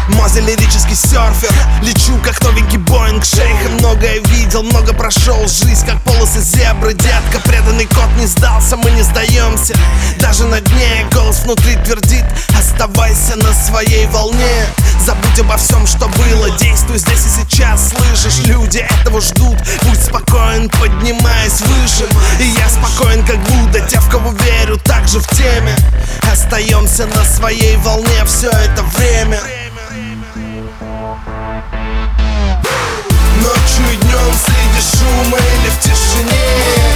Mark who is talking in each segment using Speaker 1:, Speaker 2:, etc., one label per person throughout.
Speaker 1: Мози лирический серфер, лечу как новенький Боинг. Шейха многое видел, много прошел. Жизнь как полосы зебры, детка. Преданный кот не сдался, мы не сдаемся. Даже на дне голос внутри твердит: оставайся на своей волне. Забудь обо всем, что было, действуй здесь и сейчас. Слышишь, люди этого ждут. Будь спокоен, поднимаясь выше. И я спокоен, как Будда. Те, в кого верю, также в теме. Остаемся на своей волне все это время. Ночью и днем, среди шума или в тишине,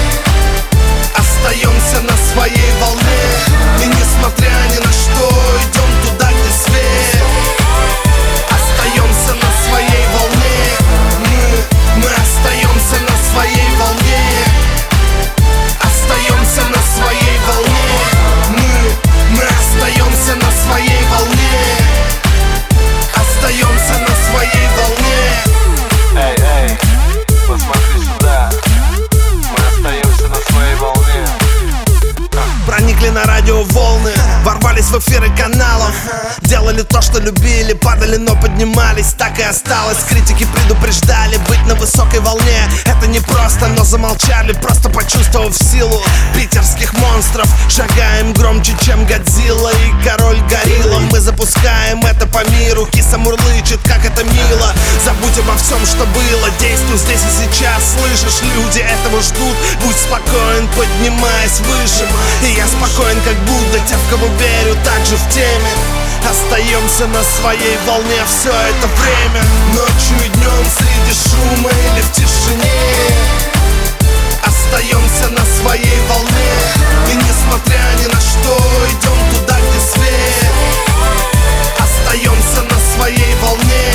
Speaker 1: остаемся на своей волне. И несмотря ни на что, идем туда, где свет. Остаемся на своей волне. Мы остаемся на своей волне. Остаемся на своей волне. Мы остаемся на своей волне. Остаемся на своей волне.
Speaker 2: Эй, эй, посмотри сюда. Мы остаемся на своей волне.
Speaker 1: Проникли на радиоволны, ворвались в эфиры каналов. Делали то, что любили, падали, но поднимались. Так и осталось, критики предупреждали. Быть на высокой волне — это не просто, но замолчали, просто почувствовав силу питерских монстров. Шагаем громче, чем Годзилла и король горилла. Мы запускаем это по миру, киса мурлычет, как это мило. Забудь обо всем, что было, действуй здесь и сейчас. Слышишь, люди этого ждут. Будь спокоен, поднимаясь выше. И я спокоен, как Будда. Те, в кого верю, также в теме. Остаемся на своей волне все это время. Ночью и днем, среди шума или в тишине, остаемся на своей волне. И несмотря ни на что, идем туда, где свет. Остаемся на своей волне.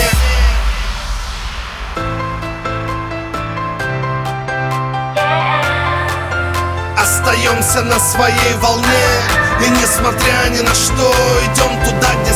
Speaker 1: Остаемся на своей волне. И несмотря ни на что, идем туда, где